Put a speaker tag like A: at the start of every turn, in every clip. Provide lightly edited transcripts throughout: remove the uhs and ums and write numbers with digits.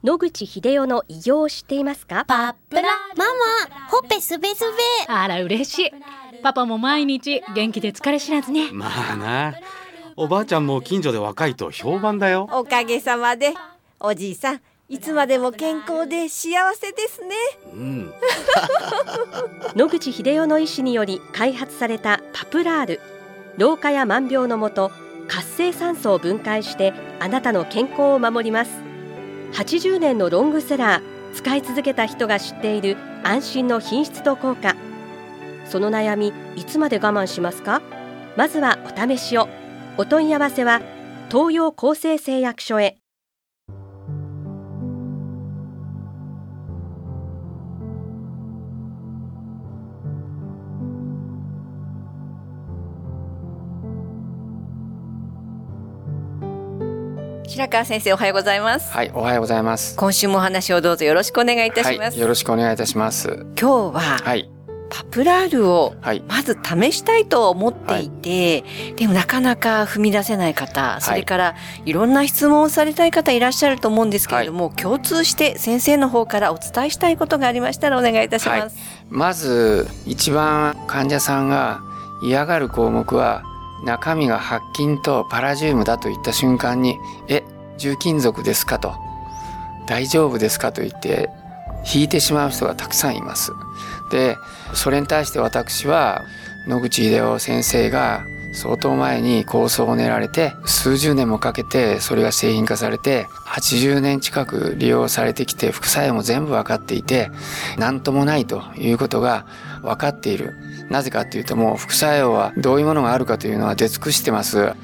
A: 野口英世の偉業を知っていますか？
B: パプラママ、ほっぺすべすべ。
C: あら嬉しい。パパも毎日元気で疲れ知らずね。
D: まあな、おばあちゃんも近所で若いと評判だよ。
E: おかげさまで。おじいさん、いつまでも健康で幸せですね。
A: 野口英世の医師により開発されたパプラール。老化や万病のもと、活性酸素を分解してあなたの健康を守ります。80年のロングセラー、使い続けた人が知っている安心の品質と効果。その悩み、いつまで我慢しますか？まずはお試しを。お問い合わせは東洋厚生製薬所へ。
E: 白川先生、おはようございます。
F: はい、おはようございます。
E: 今週もお話をどうぞよろしくお願いいたします。
F: はい、よろしくお願いいたします。
E: 今日は、
F: はい、
E: パプラールを
F: はい
E: まず試したいと思っていて、でもなかなか踏み出せない方、それからいろんな質問をされたい方いらっしゃると思うんですけれども、共通して先生の方からお伝えしたいことがありましたらお願いいたします。
F: まず一番患者さんが嫌がる項目は、中身が白金とパラジウムだといった瞬間に、重金属ですかと、大丈夫ですかと言って引いてしまう人がたくさんいます。で、それに対して私は野口英世先生が相当前に構想を練られて、数十年もかけてそれが製品化されて、80年近く利用されてきて、副作用も全部分かっていて、何ともないということが分かっている。なぜかというと、もう副作用はどういうものがあるかというのは出尽くしてます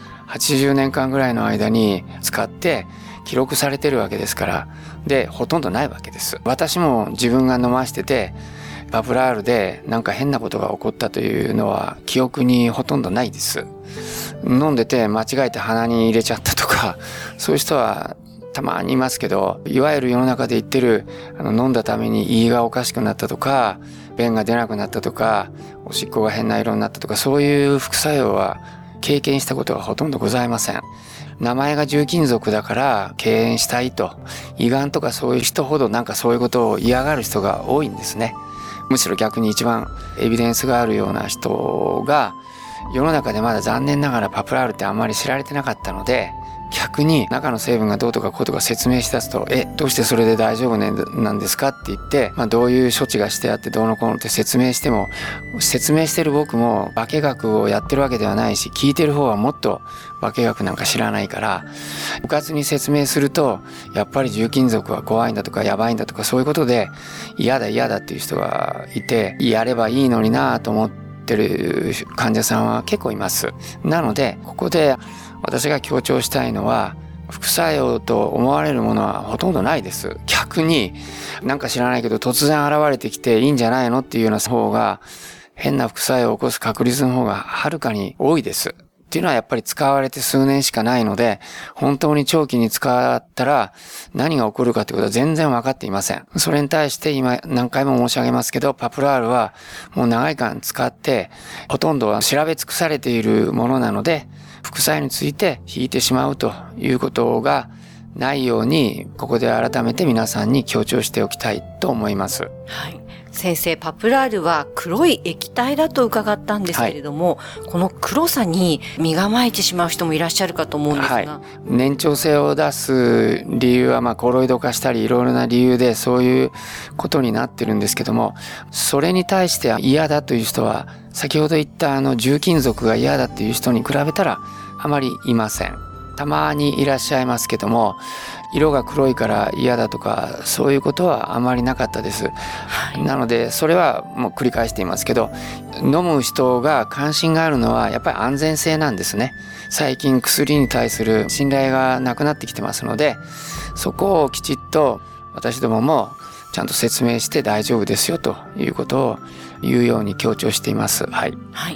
F: 。80年間ぐらいの間に使って記録されてるわけですから。で、ほとんどないわけです。私も自分が飲ましてて、パプラールでなんか変なことが起こったというのは記憶にほとんどないです。飲んでて間違えて鼻に入れちゃったとか、そういう人はたまにいますけど、いわゆる世の中で言ってる飲んだために胃がおかしくなったとか、便が出なくなったとか、おしっこが変な色になったとか、そういう副作用は経験したことがほとんどございません。名前が重金属だから敬遠したいと、胃がんとかそういう人ほどなんかそういうことを嫌がる人が多いんですね。むしろ逆に一番エビデンスがあるような人が世の中でまだ残念ながらパプラールってあんまり知られてなかったので、逆に中の成分がどうとかこうとか説明しだすと、どうしてそれで大丈夫なんですかって言って、どういう処置がしてあってどうのこうのって説明しても、説明してる僕も化学をやってるわけではないし、聞いてる方はもっと化学なんか知らないから、うかつに説明すると、やっぱり重金属は怖いんだとかやばいんだとか、そういうことで嫌だっていう人がいて、やればいいのになと思ってる患者さんは結構います。なのでここで私が強調したいのは、副作用と思われるものはほとんどないです。逆になんか知らないけど突然現れてきていいんじゃないのっていうような方が、変な副作用を起こす確率の方がはるかに多いです。っていうのはやっぱり使われて数年しかないので、本当に長期に使ったら何が起こるかってことは全然分かっていません。それに対して今何回も申し上げますけど、パプラールはもう長い間使ってほとんど調べ尽くされているものなので、副作用について引いてしまうということがないように、ここで改めて皆さんに強調しておきたいと思います。
E: はい。先生、パプラールは黒い液体だと伺ったんですけれども、この黒さに身構えてしまう人もいらっしゃるかと思うんですが、
F: 粘稠性を出す理由はコロイド化したりいろいろな理由でそういうことになってるんですけども、それに対して嫌だという人は、先ほど言った重金属が嫌だという人に比べたらあまりいません。たまにいらっしゃいますけども、色が黒いから嫌だとかそういうことはあまりなかったです。なのでそれはもう繰り返していますけど、飲む人が関心があるのはやっぱり安全性なんですね。最近薬に対する信頼がなくなってきてますので、そこをきちっと私どももちゃんと説明して大丈夫ですよということを言うように強調しています。はい。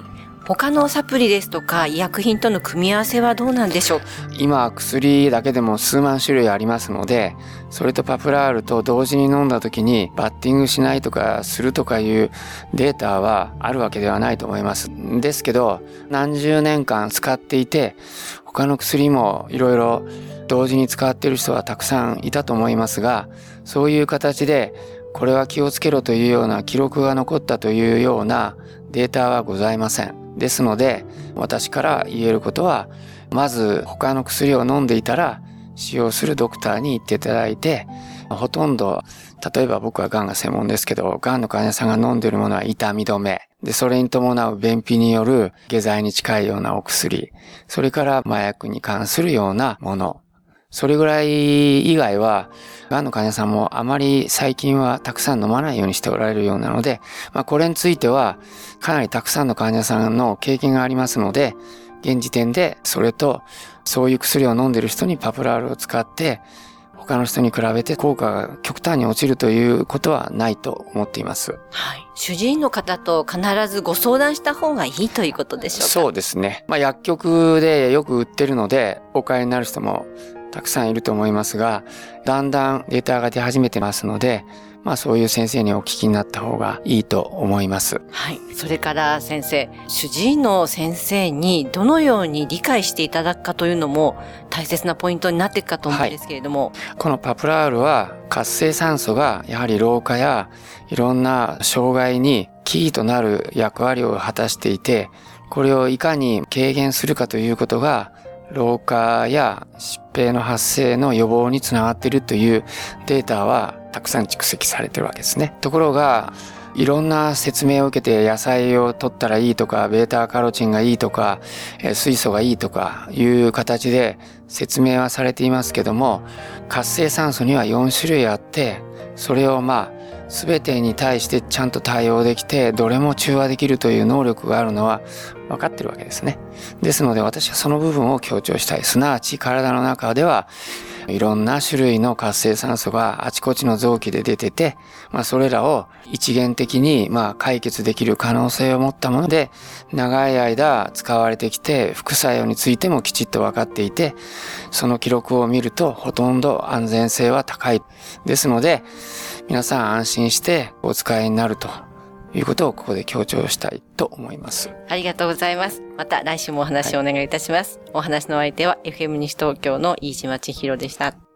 E: 他のサプリですとか医薬品との組み合わせはどうなんでしょう？
F: 今薬だけでも数万種類ありますので、それとパプラールと同時に飲んだ時にバッティングしないとかするとかいうデータはあるわけではないと思います。ですけど、何十年間使っていて、他の薬もいろいろ同時に使っている人はたくさんいたと思いますが、そういう形でこれは気をつけろというような記録が残ったというようなデータはございません。ですので、私から言えることは、まず他の薬を飲んでいたら使用するドクターに言っていただいて、ほとんど、例えば僕はがんが専門ですけど、がんの患者さんが飲んでいるものは痛み止めで、それに伴う便秘による下剤に近いようなお薬、それから麻薬に関するようなもの、それぐらい以外は、がんの患者さんもあまり最近はたくさん飲まないようにしておられるようなので、これについてはかなりたくさんの患者さんの経験がありますので、現時点でそれとそういう薬を飲んでいる人にパプラールを使って他の人に比べて効果が極端に落ちるということはないと思っています。
E: はい。主治医の方と必ずご相談した方がいいということでしょうか？
F: そうですね。薬局でよく売ってるのでお買いになる人もたくさんいると思いますが、だんだんデータが出始めてますので、そういう先生にお聞きになった方がいいと思います。
E: はい。それから先生、主治医の先生にどのように理解していただくかというのも大切なポイントになっていくかと思うんですけれども、
F: このパプラールは活性酸素がやはり老化やいろんな障害にキーとなる役割を果たしていて、これをいかに軽減するかということが老化や疾病の発生の予防につながっているというデータはたくさん蓄積されているわけですね。ところが、いろんな説明を受けて野菜を取ったらいいとか、ベータカロチンがいいとか、水素がいいとかいう形で説明はされていますけども、活性酸素には4種類あって、それを全てに対してちゃんと対応できて、どれも中和できるという能力があるのは分かってるわけですね。ですので私はその部分を強調したい。すなわち体の中ではいろんな種類の活性酸素があちこちの臓器で出てて、それらを一元的に解決できる可能性を持ったもので、長い間使われてきて、副作用についてもきちっと分かっていて、その記録を見るとほとんど安全性は高い。ですので、皆さん安心してお使いになるということをここで強調したいと思います。
E: ありがとうございます。また来週もお話をお願いいたします。お話の相手は FM 西東京の飯島千尋でした。